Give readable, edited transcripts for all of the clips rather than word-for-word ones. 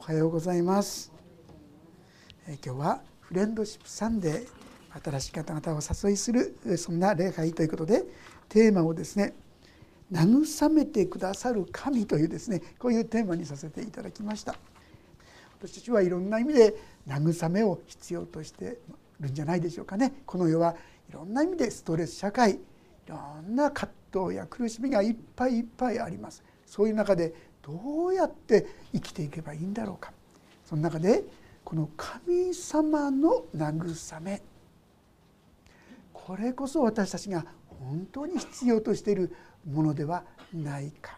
はようございます。今日はフレンドシップサンデー、新しい方々を誘いするそんな礼拝ということで、テーマをですね、慰めてくださる神というですね、こういうテーマにさせていただきました。私たちはいろんな意味で慰めを必要としているんじゃないでしょうかね。この世はいろんな意味でストレス社会、いろんな葛藤や苦しみがいっぱいいっぱいあります。そういう中でどうやって生きていけばいいんだろうか。その中でこの神様の慰め、これこそ私たちが本当に必要としているものではないか。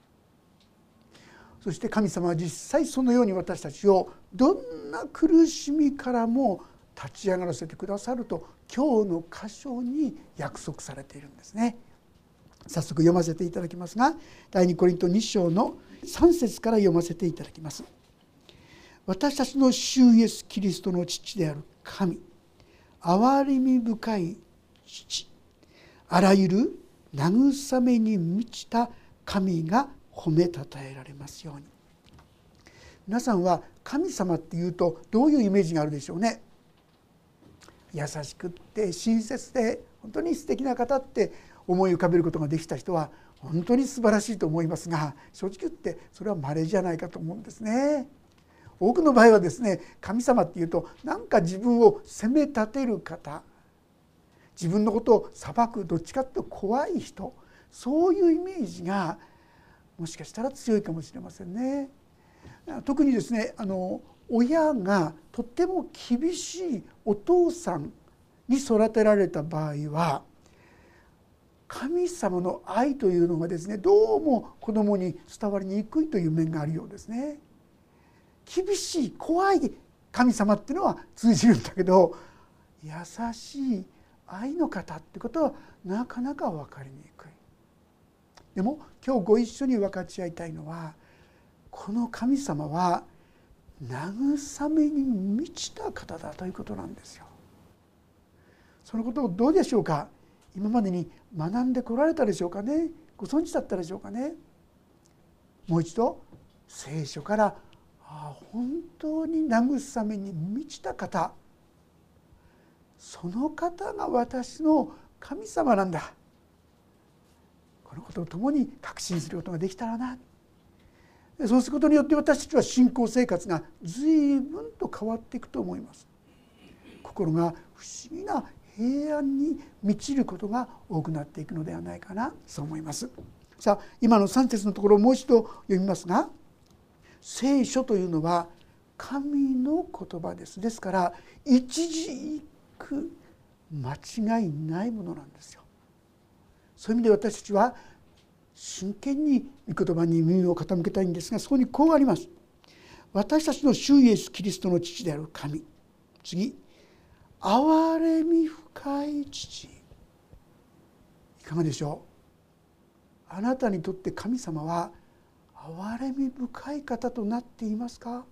そして神様は実際そのように私たちをどんな苦しみからも立ち上がらせてくださると今日の箇所に約束されているんですね。早速読ませていただきますが、第2コリント2章の3節から読ませていただきます。私たちの主イエスキリストの父である神、憐れみ深い父、あらゆる慰めに満ちた神が褒めたたえられますように。皆さんは神様っていうとどういうイメージがあるでしょうね。優しくって親切で本当に素敵な方って思い浮かべることができた人は本当に素晴らしいと思いますが、正直言ってそれは稀じゃないかと思うんですね。多くの場合はですね、神様っていうとなんか自分を責め立てる方、自分のことを裁く、どっちかというと怖い人、そういうイメージがもしかしたら強いかもしれませんね。特にですね、親がとっても厳しいお父さんに育てられた場合は、神様の愛というのがですね、どうも子供に伝わりにくいという面があるようですね。厳しい怖い神様っていうのは通じるんだけど、優しい愛の方ってことはなかなか分かりにくい。でも今日ご一緒に分かち合いたいのは、この神様は慰めに満ちた方だということなんですよ。そのことをどうでしょうか。今までに学んでこられたでしょうかね。ご存知だったでしょうかね。もう一度聖書から本当に慰めに満ちた方、その方が私の神様なんだ、このことを共に確信することができたらな。そうすることによって私たちは信仰生活が随分と変わっていくと思います。心が不思議な平安に満ちることが多くなっていくのではないかな、そう思います。さあ、今の3節のところをもう一度読みますが、聖書というのは神の言葉です。ですから一字一句間違いないものなんですよ。そういう意味で私たちは真剣に御言葉に耳を傾けたいんですが、そこにこうあります。私たちの主イエスキリストの父である神、次、憐れみ深い父。いかがでしょう。あなたにとって神様は憐れみ深い方となっていますか。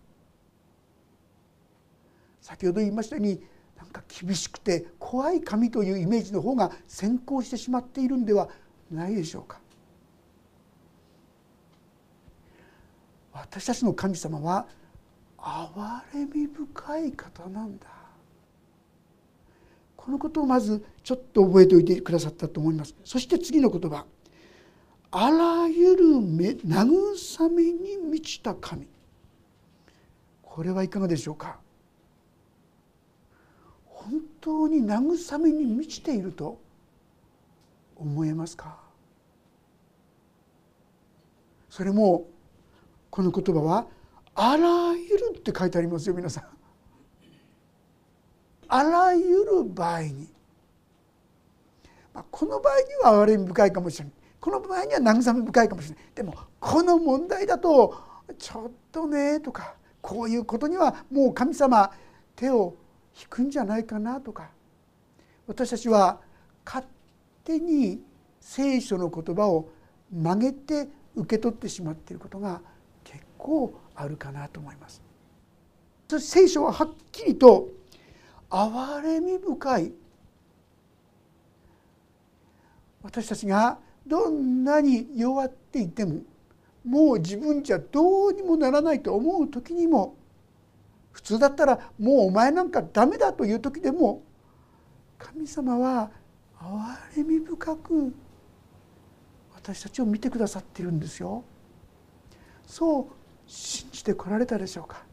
先ほど言いましたように、なんか厳しくて怖い神というイメージの方が先行してしまっているんではないでしょうか。私たちの神様は憐れみ深い方なんだ。このことをまずちょっと覚えておいてくださったと思います。そして次の言葉、あらゆる慰めに満ちた神。これはいかがでしょうか。本当に慰めに満ちていると思えますか。それもこの言葉はあらゆるって書いてありますよ、皆さん。あらゆる場合に、この場合には憐れみ深いかもしれない、この場合には慰め深いかもしれない。でもこの問題だとちょっとねとか、こういうことにはもう神様手を引くんじゃないかなとか、私たちは勝手に聖書の言葉を曲げて受け取ってしまっていることが結構あるかなと思います。そして聖書ははっきりと憐れみ深い、私たちがどんなに弱っていてももう自分じゃどうにもならないと思う時にも、普通だったらもうお前なんかダメだという時でも、神様は憐れみ深く私たちを見てくださっているんですよ。そう信じてこられたでしょうか。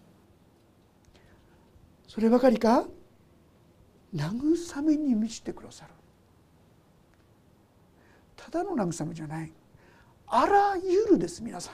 そればかりか、慰めに満ちてくださる。ただの慰めじゃない、あらゆるです。皆さ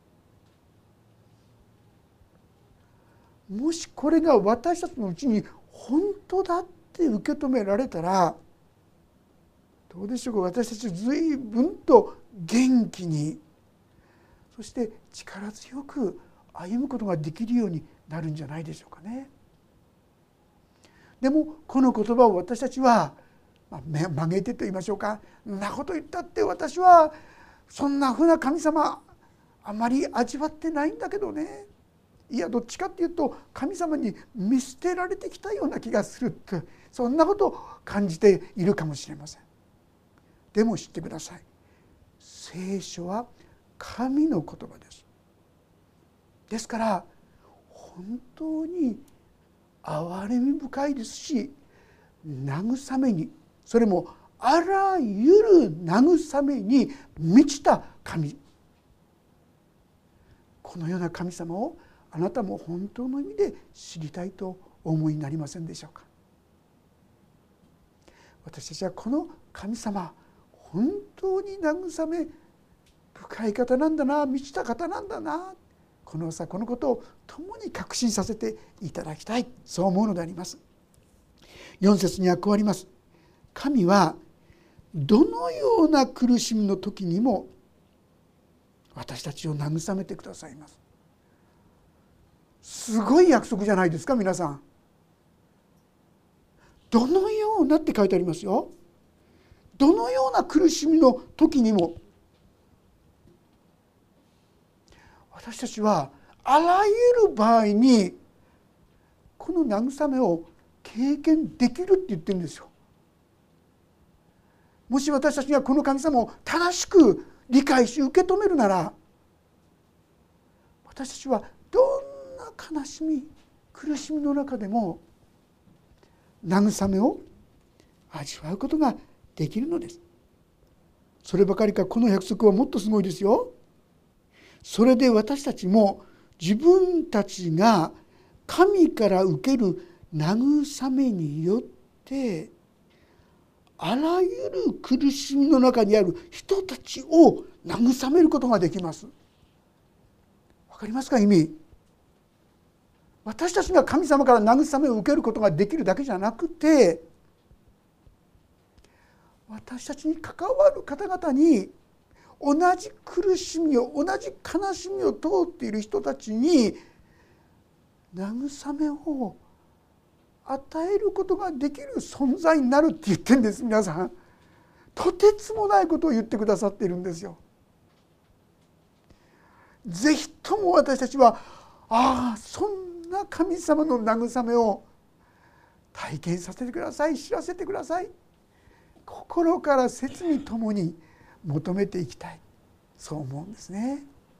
ん、もしこれが私たちのうちに本当だって受け止められたら、どうでしょうか。私たちずいぶんと元気に、そして力強く歩むことができるようになるんじゃないでしょうかね。でもこの言葉を私たちは曲げてと言いましょうか、んなこと言ったって私はそんなふうな神様あまり味わってないんだけどね、いやどっちかっていうと神様に見捨てられてきたような気がするって、そんなことを感じているかもしれません。でも知ってください、聖書は神の言葉です。ですから本当に憐れみ深いですし、慰めに、それもあらゆる慰めに満ちた神、このような神様をあなたも本当の意味で知りたいとお思いになりませんでしょうか。私たちはこの神様、本当に慰め深い方なんだな、満ちた方なんだな、この朝このことを共に確信させていただきたい、そう思うのであります。4節にはこうあります。神はどのような苦しみの時にも私たちを慰めてくださいます。すごい約束じゃないですか皆さん。どのようなって書いてありますよ。どのような苦しみの時にも私たちはあらゆる場合にこの慰めを経験できるって言ってるんですよ。もし私たちがこの神様を正しく理解し受け止めるなら、私たちはどんな悲しみ苦しみの中でも慰めを味わうことができるのです。そればかりか、この約束はもっとすごいですよ。それで私たちも自分たちが神から受ける慰めによってあらゆる苦しみの中にある人たちを慰めることができます。わかりますか意味。私たちが神様から慰めを受けることができるだけじゃなくて、私たちに関わる方々に同じ苦しみを、同じ悲しみを通っている人たちに慰めを与えることができる存在になるって言ってるんです。皆さん、とてつもないことを言ってくださっているんですよ。ぜひとも私たちはそんな神様の慰めを体験させてください、知らせてください。心から切にともに求めていきたい、そう思うんですね。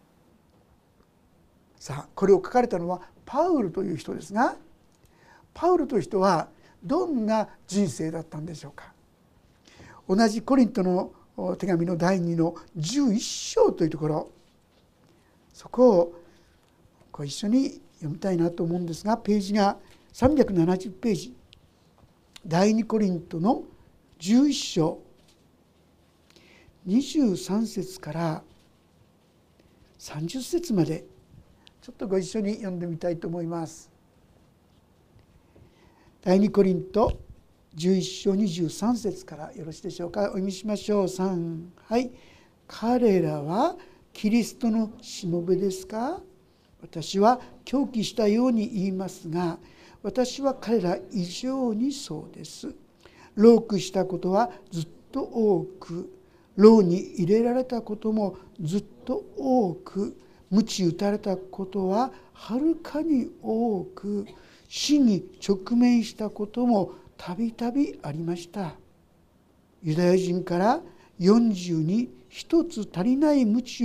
さあ、これを書かれたのはパウルという人ですが、パウルという人はどんな人生だったんでしょうか。同じコリントの手紙の第2の11章というところ、そこをご一緒に読みたいなと思うんですが、ページが370ページ、第2コリントの11章23節から30節まで、ちょっとご一緒に読んでみたいと思います。第2コリント11章23節からよろしいでしょうか。お読みしましょう。3、はい。彼らはキリストのしもべですか。私は狂気したように言いますが、私は彼ら以上にそうです。労苦したことはずっと多く、牢に入れられたこともずっと多く、鞭打たれたことははるかに多く、死に直面したこともたびたびありました。ユダヤ人から40に一つ足りない鞭を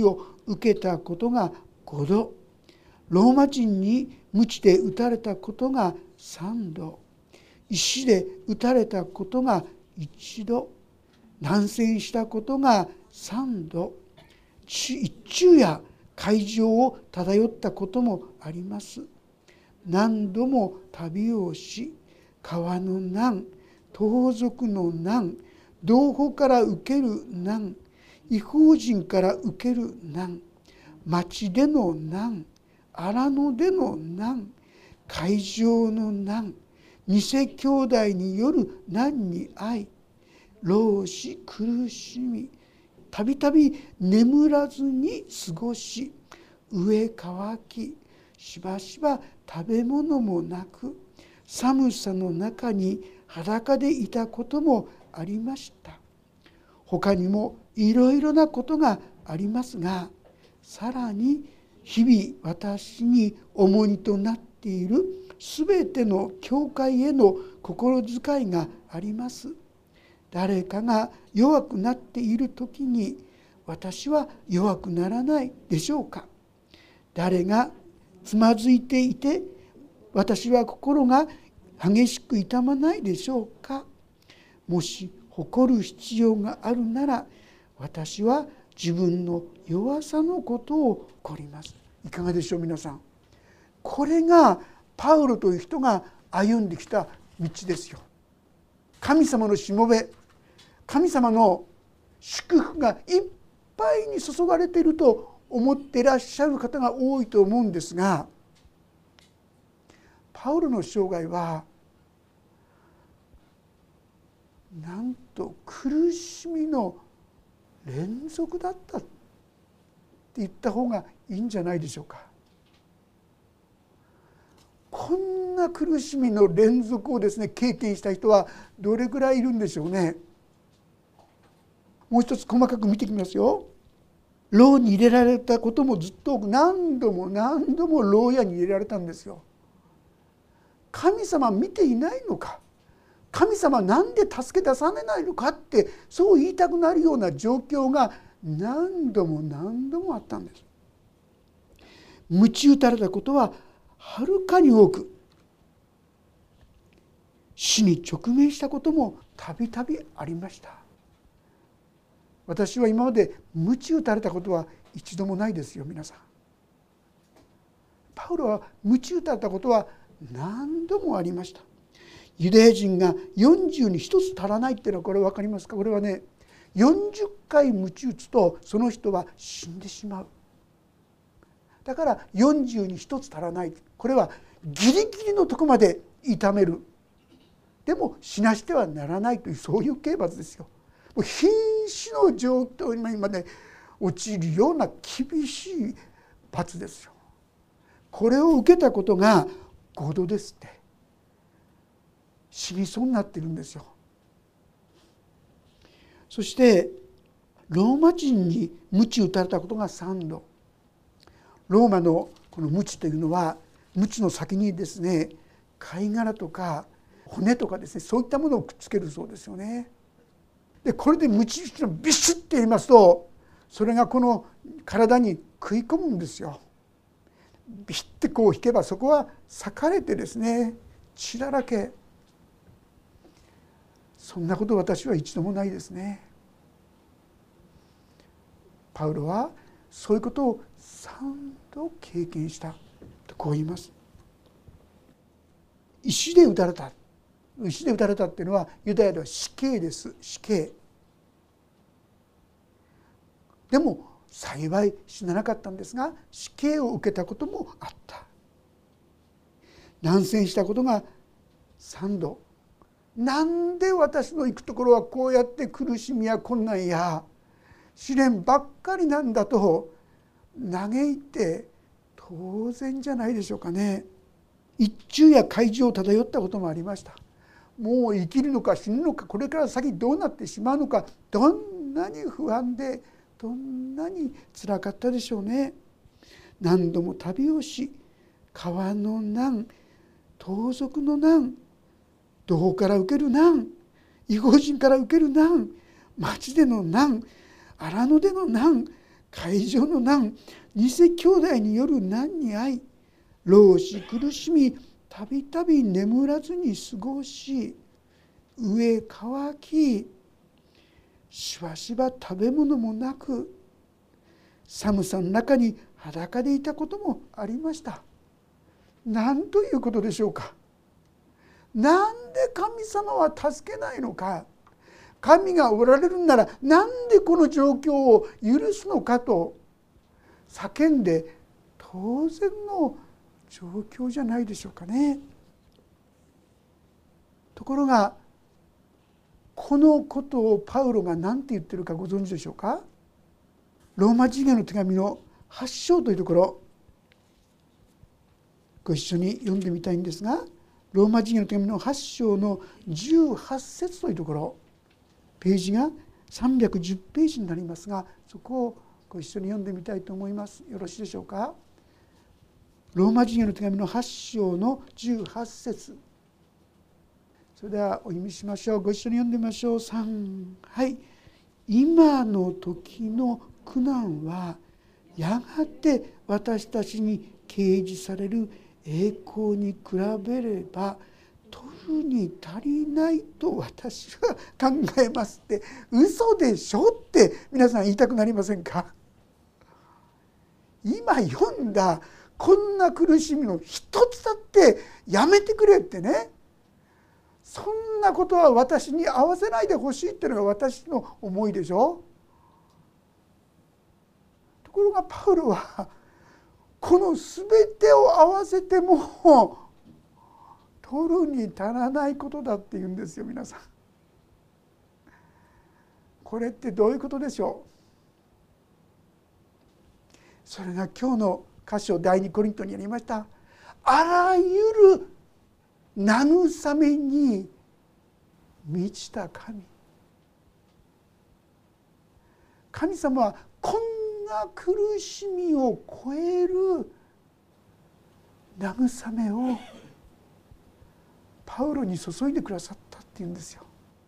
受けたことが5度、ローマ人に鞭で打たれたことが3度、石で打たれたことが1度、乱戦したことが3度、一昼夜海上を漂ったこともあります。何度も旅をし、川の難、盗賊の難、同胞から受ける難、異邦人から受ける難、町での難、荒野での難、海上の難、偽兄弟による難に遭い、労し苦しみ、たびたび眠らずに過ごし、飢え渇き、しばしば食べ物もなく、寒さの中に裸でいたこともありました。他にもいろいろなことがありますが、さらに日々私に重荷となっているすべての教会への心遣いがあります。誰かが弱くなっている時に私は弱くならないでしょうか。誰がつまずいていて私は心が激しく痛まないでしょうか。もし誇る必要があるなら、私は自分の弱さのことを誇ります。いかがでしょう皆さん。これがパウロという人が歩んできた道ですよ。神様のしもべ、神様の祝福がいっぱいに注がれていると思っていらっしゃる方が多いと思うんですが、パウロの生涯はなんと苦しみの連続だったって言った方がいいんじゃないでしょうか。こんな苦しみの連続をですね経験した人はどれぐらいいるんでしょうね。もう一つ細かく見ていきますよ。牢に入れられたこともずっと何度も何度も牢屋に入れられたんですよ。神様見ていないのか、神様なんで助け出されないのかってそう言いたくなるような状況が何度も何度もあったんです。鞭打たれたことははるかに多く、死に直面したこともたびたびありました。私は今まで鞭打たれたことは一度もないですよ皆さん。パウロは鞭打たれたことは何度もありました。ユダヤ人が40に1つ足らないっていうのはこれ分かりますか。これはね、40回鞭打つとその人は死んでしまう。だから40に1つ足らない、これはギリギリのとこまで痛める、でも死なしてはならないというそういう刑罰ですよ。もう瀕死の状況にまで陥るような厳しい罰ですよ。これを受けたことが5度ですって。死にそうになっているんですよ。そしてローマ人に鞭打たれたことが3度。ローマのこの鞭というのは、鞭の先にですね貝殻とか骨とかですね、そういったものをくっつけるそうですよね。でこれで鞭打ちのビシッて言いますと、それがこの体に食い込むんですよ。ビシッてこう引けばそこは裂かれてですね血だらけ。そんなこと私は一度もないですね。パウロはそういうことを3度経験したとこう言います。石で打たれた、石で打たれたっていうのはユダヤでは死刑です。死刑でも幸い死ななかったんですが、死刑を受けたこともあった。乱戦したことが3度。なんで私の行くところはこうやって苦しみや困難や試練ばっかりなんだと嘆いて当然じゃないでしょうかね。一昼夜海上を漂ったこともありました。もう生きるのか死ぬのか、これから先どうなってしまうのか、どんなに不安でどんなにつらかったでしょうね。何度も旅をし、川の難、盗賊の難、同胞から受ける難、異邦人から受ける難、町での難、荒野での難、 海上の難、偽兄弟による難に遭い、労し苦しみ、たびたび眠らずに過ごし、飢え渇き、しばしば食べ物もなく、寒さの中に裸でいたこともありました。なんということでしょうか。なんで神様は助けないのか。神がおられるならなんでこの状況を許すのかと叫んで当然の状況じゃないでしょうかね。ところがこのことをパウロが何て言ってるかご存知でしょうか。ローマ人への手紙の8章というところ、ご一緒に読んでみたいんですが、ローマ人への手紙の8章の18節というところ、ページが310ページになりますが、そこをご一緒に読んでみたいと思います。よろしいでしょうか。ローマ人への手紙の8章の18節、それではお読みしましょう。ご一緒に読んでみましょう。3、はい。今の時の苦難はやがて私たちに掲示される栄光に比べれば取るに足りないと私は考えますって、嘘でしょって皆さん言いたくなりませんか。今読んだこんな苦しみの一つだってやめてくれってね、そんなことは私に合わせないでほしいっていうのが私の思いでしょ。ところがパウロはこの全てを合わせても取るに足らないことだって言うんですよ。皆さん、これってどういうことでしょう。それが今日の箇所第2コリントにありました、あらゆる慰めに満ちた神。神様はこんな苦しみを超える慰めをパウロに注いでくださったっていうんですよ。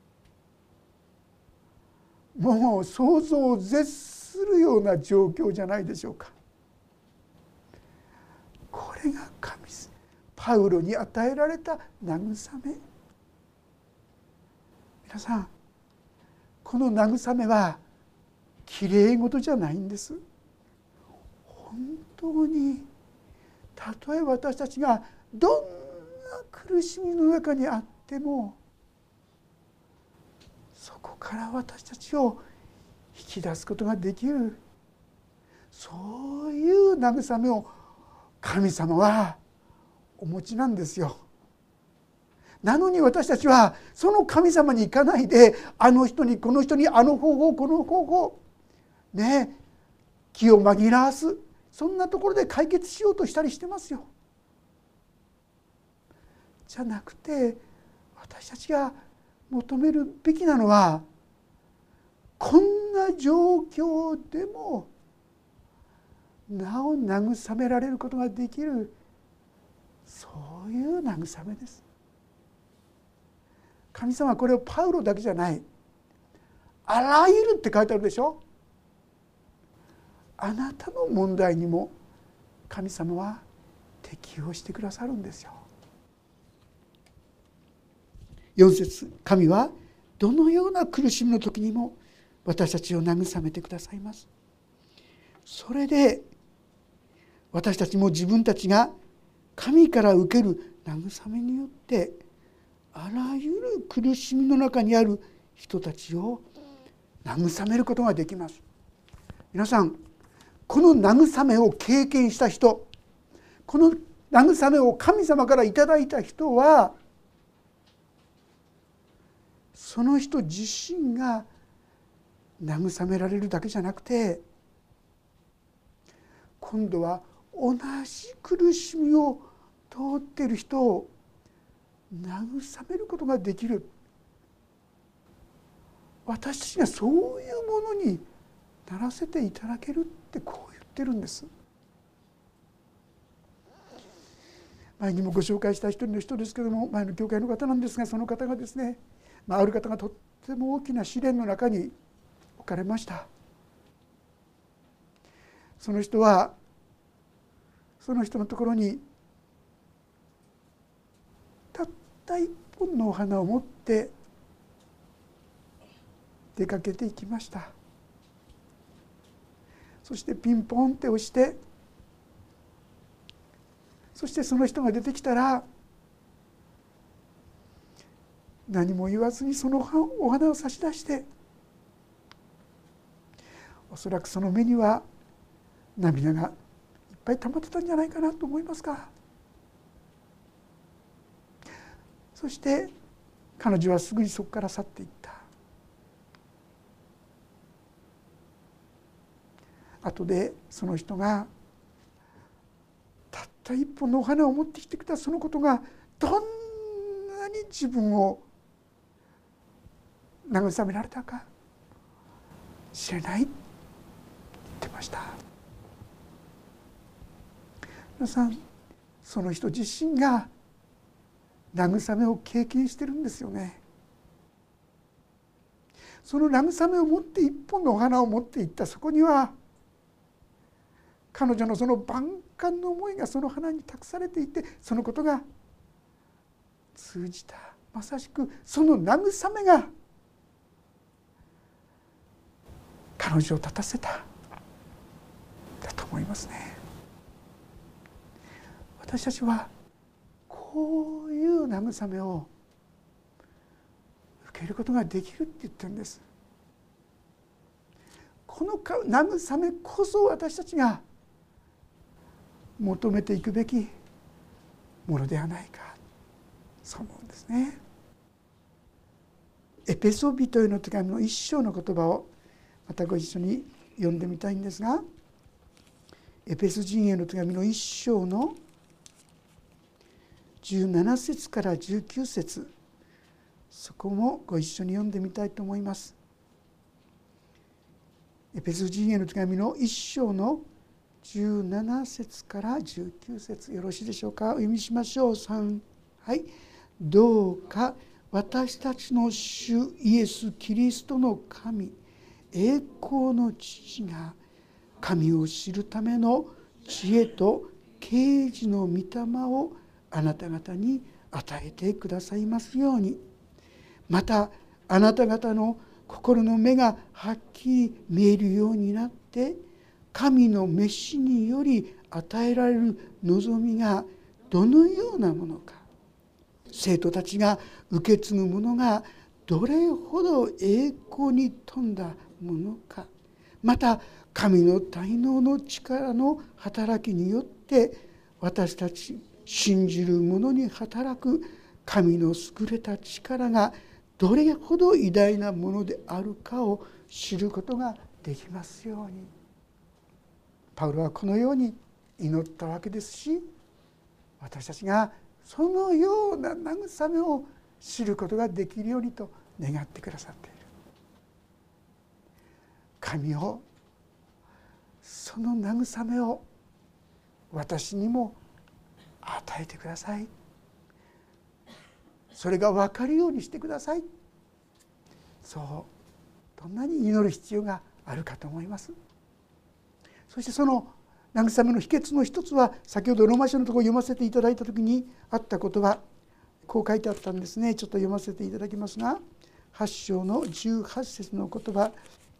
もう想像を絶するような状況じゃないでしょうか。これがパウロに与えられた慰め。皆さん、この慰めはきれい事じゃないんです。本当にたとえ私たちがどんな苦しみの中にあっても、そこから私たちを引き出すことができる、そういう慰めを神様はお持ちなんですよ。なのに私たちはその神様に行かないで、あの人にこの人にあの方法この方法ね、気を紛らわす、そんなところで解決しようとしたりしてますよ。じゃなくて、私たちが求めるべきなのは、こんな状況でもなお慰められることができる、そういう慰めです。神様はこれをパウロだけじゃない、あらゆるって書いてあるでしょ。あなたの問題にも神様は適応してくださるんですよ。4節、神はどのような苦しみの時にも私たちを慰めてくださいます。それで私たちも自分たちが神から受ける慰めによってあらゆる苦しみの中にある人たちを慰めることができます。皆さん、この慰めを経験した人、この慰めを神様からいただいた人は、その人自身が慰められるだけじゃなくて、今度は同じ苦しみを通っている人を慰めることができる。私たちがそういうものにならせていただけるってこう言ってるんです。前にもご紹介した一人の人ですけども、前の教会の方なんですが、その方がですね、ある方がとっても大きな試練の中に置かれました。 その人はその人のところにたった一本のお花を持って出かけていきました。そしてピンポンって押して、そしてその人が出てきたら何も言わずにそのお花を差し出して、おそらくその目には涙がいっぱい溜まってたんじゃないかなと思いますが、そして彼女はすぐにそこから去っていった。後でその人がたった一本のお花を持ってきてくれたそのことがどんなに自分を慰められたか知れないって言ってました。皆さん、その人自身が慰めを経験してるんですよね。その慰めを持って一本のお花を持っていった、そこには彼女のその万感の思いがその花に託されていて、そのことが通じた、まさしくその慰めが彼女を立たせただと思いますね。私たちはこういう慰めを受けることができるって言ってるんです。この慰めこそ私たちが求めていくべきものではないか、そう思うんですね。エペソビトへの手紙の一章の言葉をまたご一緒に読んでみたいんですが、エペソ人への手紙の一章の17節から19節、そこもご一緒に読んでみたいと思います。エペソ人への手紙の一章の17節から19節、よろしいでしょうか。お読みしましょう。3、はい。どうか私たちの主イエス・キリストの神、栄光の父が神を知るための知恵と啓示の御霊をあなた方に与えてくださいますように、またあなた方の心の目がはっきり見えるようになって、神の召しにより与えられる望みがどのようなものか、生徒たちが受け継ぐものがどれほど栄光に富んだものか、また神の大能の力の働きによって私たち信じる者に働く神の優れた力がどれほど偉大なものであるかを知ることができますように。パウロはこのように祈ったわけですし、私たちがそのような慰めを知ることができるようにと願ってくださっている。神よ、その慰めを私にも与えてください。それが分かるようにしてください。そうどんなに祈る必要があるかと思います。そしてその慰めの秘訣の一つは、先ほどローマ書のところを読ませていただいた時にあった言葉、こう書いてあったんですね。ちょっと読ませていただきますが、8章の18節の言葉、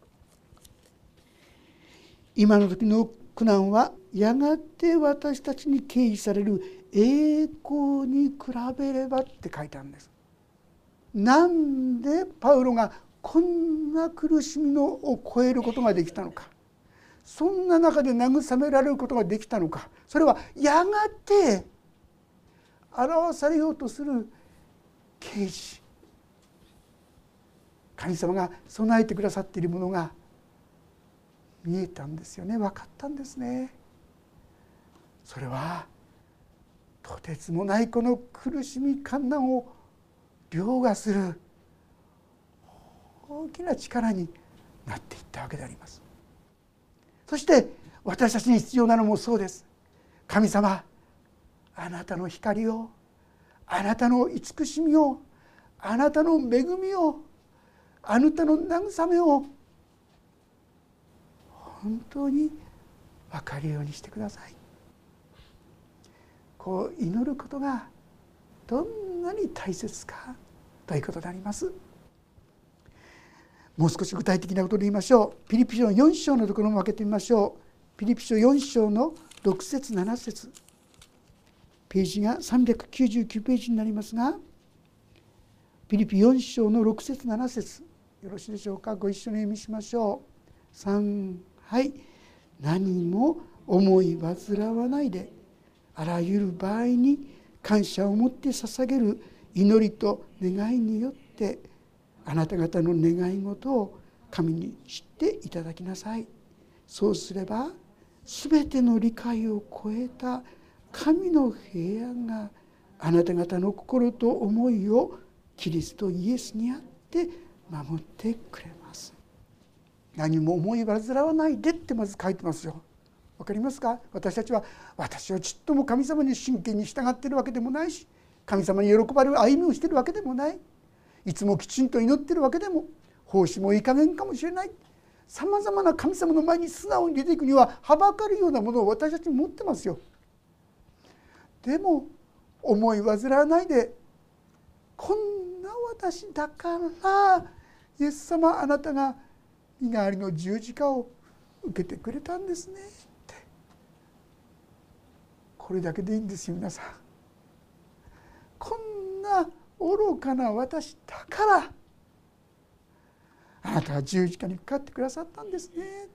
今の時の苦難はやがて私たちに掲示される栄光に比べればって書いてあるんです。なんでパウロがこんな苦しみを超えることができたのか、そんな中で慰められることができたのか、それはやがて表されようとする啓示、神様が備えてくださっているものが見えたんですよね。分かったんですね。それはとてつもないこの苦しみ患難を凌駕する大きな力になっていったわけであります。そして私たちに必要なのもそうです。神様、あなたの光を、あなたの慈しみを、あなたの恵みを、あなたの慰めを本当に分かるようにしてください。こう祈ることがどんなに大切かということであります。もう少し具体的なことで言いましょう。ピリピ書の4章のところも分けてみましょう。ピリピ書4章の6節7節、ページが399ページになりますが、ピリピ4章の6節7節、よろしいでしょうか。ご一緒に読みしましょう。3、はい。何も思い煩わないで、あらゆる場合に感謝を持って捧げる祈りと願いによってあなた方の願い事を神に知っていただきなさい。そうすればすべての理解を超えた神の平安があなた方の心と思いをキリストイエスにあって守ってくれます。何も思い煩わないでってまず書いてますよ。わかりますか。私たちはちっとも神様に真剣に従っているわけでもないし、神様に喜ばれる歩みをしているわけでもない、いつもきちんと祈っているわけでも、奉仕もいい加減かもしれない、さまざまな神様の前に素直に出ていくにははばかるようなものを私たち持ってますよ。でも思い煩わないで、こんな私だからイエス様、あなたが身代わりの十字架を受けてくれたんですねって、これだけでいいんですよ。皆さん、こんな愚かな私だからあなたは十字架にかかってくださったんですね。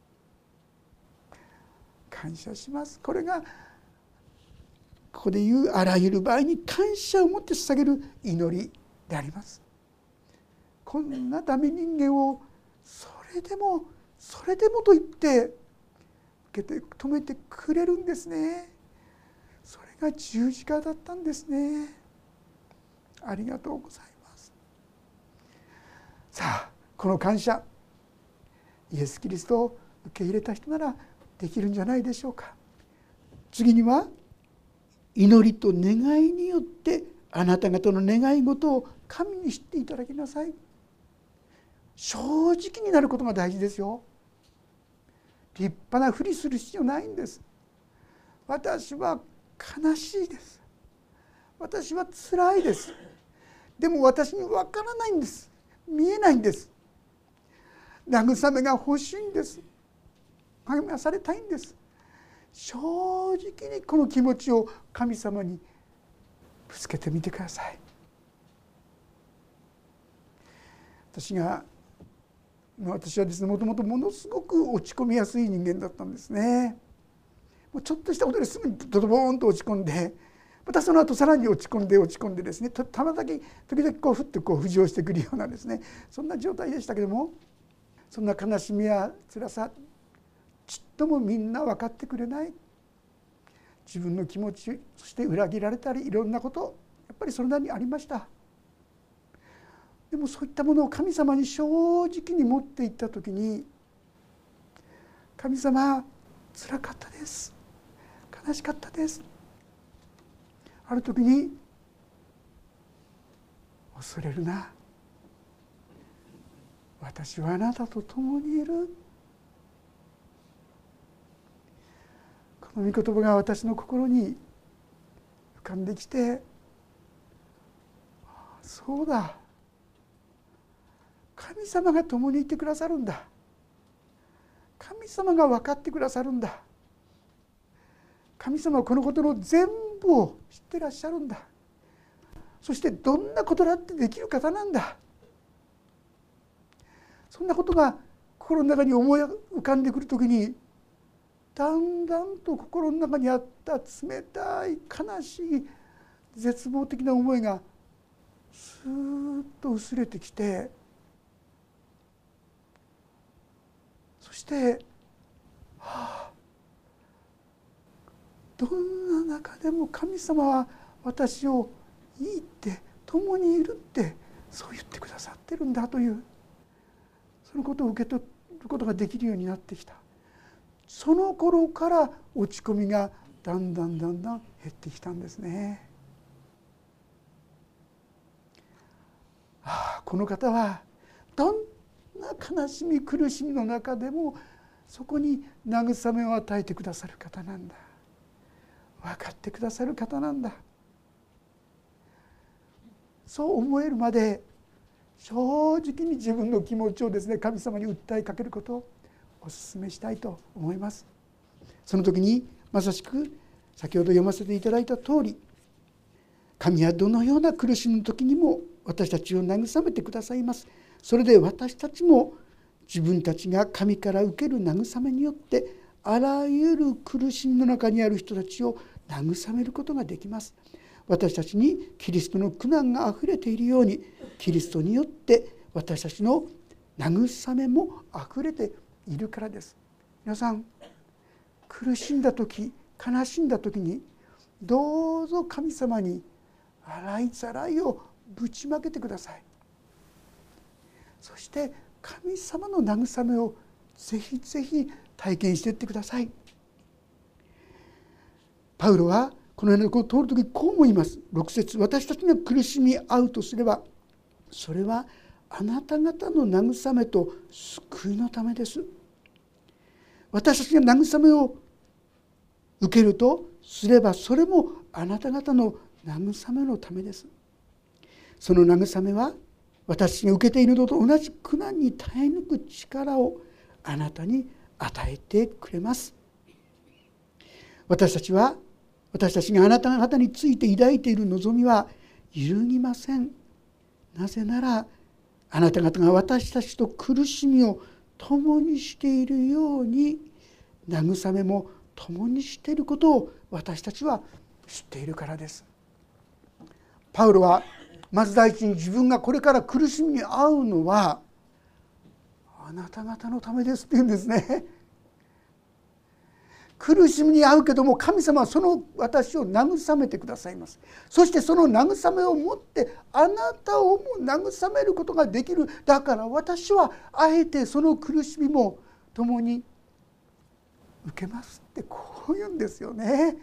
感謝します。これがここで言うあらゆる場合に感謝を持って捧げる祈りであります。こんなダメ人間をそれでもと言って受けて止めてくれるんですね。それが十字架だったんですね。ありがとうございます。さあ、この感謝、イエス・キリストを受け入れた人ならできるんじゃないでしょうか。次には祈りと願いによってあなた方の願い事を神に知っていただきなさい。正直になることが大事ですよ。立派なふりする必要ないんです。私は悲しいです。私はつらいです。でも私にわからないんです。見えないんです。慰めが欲しいんです。励まされたいんです。正直にこの気持ちを神様にぶつけてみてください。私はですね、もともとものすごく落ち込みやすい人間だったんですね。もうちょっとしたことですぐにドドボーンと落ち込んで、またその後さらに落ち込んでですね、たまだけ時々こうふっと浮上してくるようなですね、そんな状態でしたけども、そんな悲しみや辛さちっともみんな分かってくれない。自分の気持ち、そして裏切られたりいろんなことやっぱりそれなりにありました。でもそういったものを神様に正直に持っていった時に、神様つらかったです、悲しかったです、ある時に恐れるな、私はあなたと共にいる、この御言葉が私の心に浮かんできて、そうだ、神様が共にいてくださるんだ、神様が分かってくださるんだ、神様はこのことの全部を知ってらっしゃるんだ、そしてどんなことだってできる方なんだ、そんなことが心の中に思い浮かんでくるときに、だんだんと心の中にあった冷たい悲しい絶望的な思いがスーッと薄れてきて、そしてどんな中でも神様は私をいいって共にいるってそう言ってくださってるんだという、そのことを受け取ることができるようになってきた。その頃から落ち込みがだんだん減ってきたんですね。この方はどんな悲しみ苦しみの中でもそこに慰めを与えてくださる方なんだ、分かってくださる方なんだ、そう思えるまで正直に自分の気持ちをですね、神様に訴えかけることをお勧めしたいと思います。その時にまさしく先ほど読ませていただいた通り、神はどのような苦しみの時にも私たちを慰めてくださいます。それで私たちも自分たちが神から受ける慰めによってあらゆる苦しみの中にある人たちを慰めることができます。私たちにキリストの苦難があふれているように、キリストによって私たちの慰めもあふれているからです。皆さん、苦しんだ時、悲しんだ時にどうぞ神様に洗いざらいをぶちまけてください。そして神様の慰めをぜひぜひ体験していってください。パウロはこの辺のことを通る時こうも言います。6節、私たちが苦しみ合うとすれば、それはあなた方の慰めと救いのためです。私たちが慰めを受けるとすれば、それもあなた方の慰めのためです。その慰めは私が受けているのと同じ苦難に耐え抜く力をあなたに与えてくれます。私たちがあなた方について抱いている望みは揺るぎません。なぜならあなた方が私たちと苦しみを共にしているように、慰めも共にしていることを私たちは知っているからです。パウロはまず第一に自分がこれから苦しみに遭うのはあなた方のためですって言うんですね。苦しみに遭うけども、神様はその私を慰めてくださいます。そしてその慰めをもってあなたをも慰めることができる。だから私はあえてその苦しみも共に受けますって、こう言うんですよね。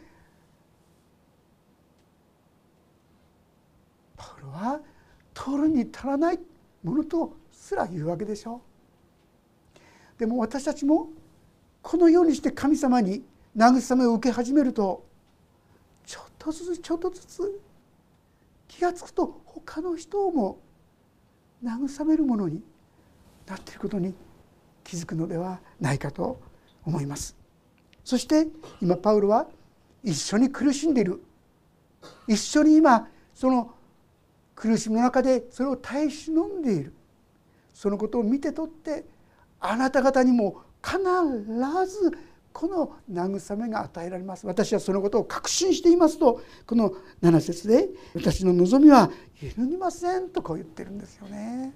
パウロは取るに足らないものとすら言うわけでしょう。でも私たちもこのようにして神様に慰めを受け始めると、ちょっとずつ気がつくと他の人をも慰めるものになっていることに気づくのではないかと思います。そして今パウロは一緒に苦しんでいる、一緒に今その苦しみの中でそれを耐え忍んでいる、そのことを見て取って、あなた方にも必ずこの慰めが与えられます。私はそのことを確信していますと、この7節で私の望みは揺るぎませんとこう言ってるんですよね。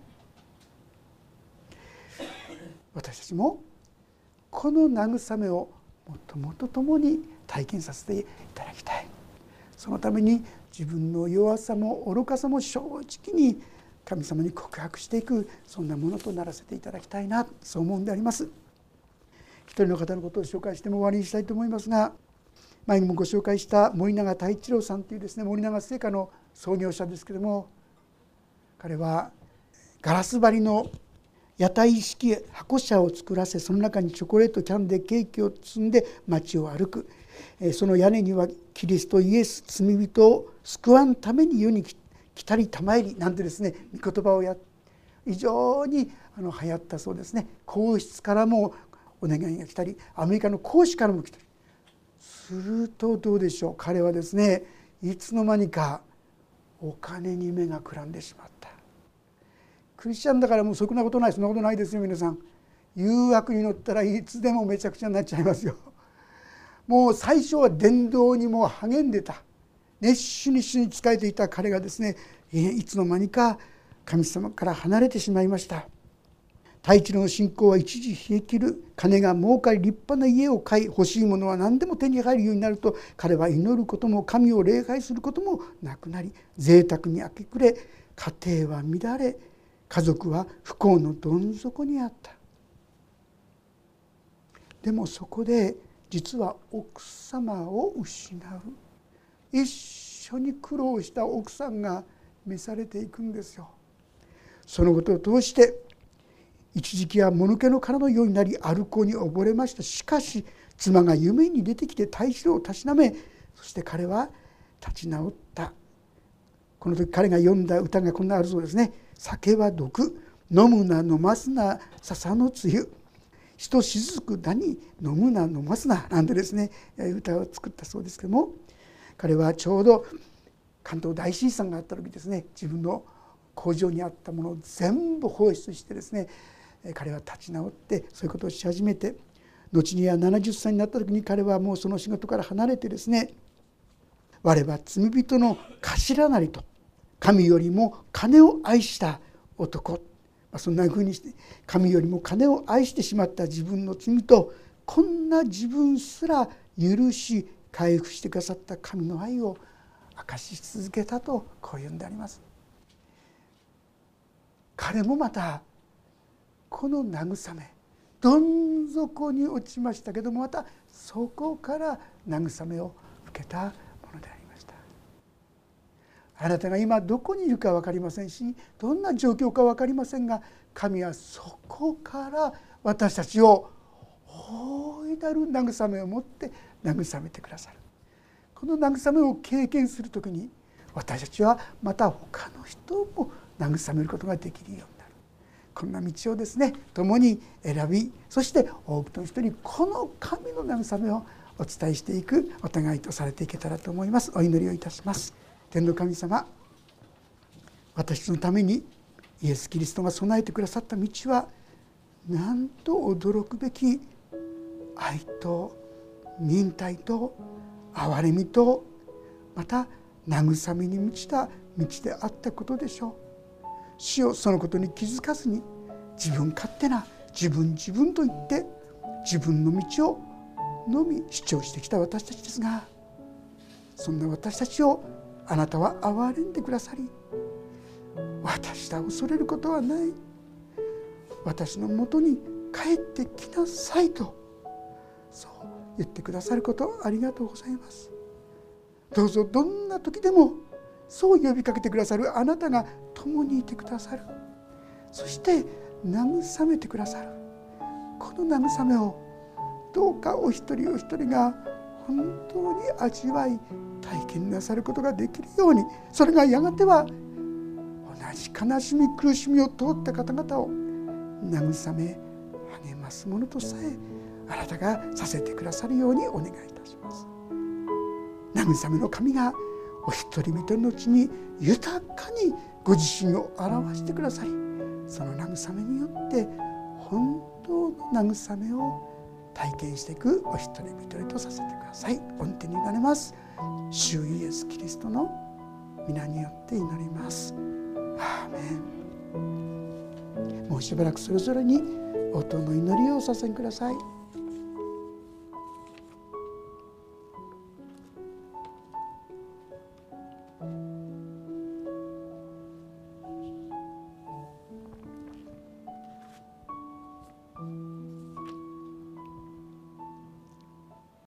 私たちもこの慰めをもっともっと共に体験させていただきたい。そのために自分の弱さも愚かさも正直に神様に告白していく、そんなものとならせていただきたいな、そう思うんであります。一人の方のことを紹介しても終わりにしたいと思いますが、前にもご紹介した森永太一郎さんというですね、森永製菓の創業者ですけれども、彼はガラス張りの屋台式箱車を作らせ、その中にチョコレート、キャンデー、ケーキを積んで街を歩く。その屋根にはキリストイエス、罪人を救わんために世に来たりたまえりなんてですね、御言葉を非常に流行ったそうですね。皇室からもお願いが来たり、アメリカの公使からも来たりすると、どうでしょう、彼はですね、いつの間にかお金に目がくらんでしまった。クリスチャンだからもうそんなことない、そんなことないですよ皆さん。誘惑に乗ったらいつでもめちゃくちゃになっちゃいますよ。もう最初は伝道にも励んでた、熱心に主に仕えていた彼がですね、いつの間にか神様から離れてしまいました。太一郎の信仰は一時冷え切る。金が儲かり立派な家を買い、欲しいものは何でも手に入るようになると、彼は祈ることも神を礼拝することもなくなり、贅沢に明け暮れ、家庭は乱れ、家族は不幸のどん底にあった。でもそこで実は奥様を失う、一緒に苦労した奥さんが召されていくんですよ。そのことを通して一時期はもぬけの殻のようになりアルコールに溺れました。しかし妻が夢に出てきて体重をたしなめ、そして彼は立ち直った。この時彼が読んだ歌がこんなあるそうですね。酒は毒、飲むな飲ますな笹の露、ひとしずくだに飲むな飲ますな、なんてですね歌を作ったそうですけども、彼はちょうど関東大震災があった時ですね、自分の工場にあったものを全部放出してですね、彼は立ち直ってそういうことをし始めて、後には70歳になった時に彼はもうその仕事から離れてですね、我は罪人の頭なりと、神よりも金を愛した男、そんなふうにして神よりも金を愛してしまった自分の罪と、こんな自分すら許し回復してくださった神の愛を明かし続けたと、こういうんであります。彼もまたこの慰め、どん底に落ちましたけども、またそこから慰めを受けたものでありました。あなたが今どこにいるか分かりませんし、どんな状況か分かりませんが、神はそこから私たちを大いなる慰めを持って慰めてくださる。この慰めを経験するときに、私たちはまた他の人も慰めることができるようになる。こんな道をですね共に選び、そして多くの人にこの神の慰めをお伝えしていくお互いとされていけたらと思います。お祈りをいたします。天の神様、私のためにイエス・キリストが備えてくださった道は、なんと驚くべき愛と忍耐と憐れみと、また慰めに満ちた道であったことでしょう。主よ、そのことに気づかずに自分勝手な自分と言って自分の道をのみ主張してきた私たちですが、そんな私たちをあなたは憐れんでくださり、私は恐れることはない、私のもとに帰ってきなさいと、そう言ってくださることありがとうございます。どうぞどんな時でもそう呼びかけてくださるあなたが共にいてくださる。そして慰めてくださる。この慰めをどうかお一人お一人が本当に味わい体験なさることができるように、それがやがては同じ悲しみ苦しみを通った方々を慰め励ますものとさえあなたがさせてくださるようにお願いいたします。慰めの神がお一人一人のうちに豊かにご自身を表してくださり、その慰めによって本当の慰めを体験していくお一人一人とさせてください。御手に委ねます。主イエスキリストの皆によって祈ります。アーメン。もうしばらくそれぞれに応答の祈りをお捧げください。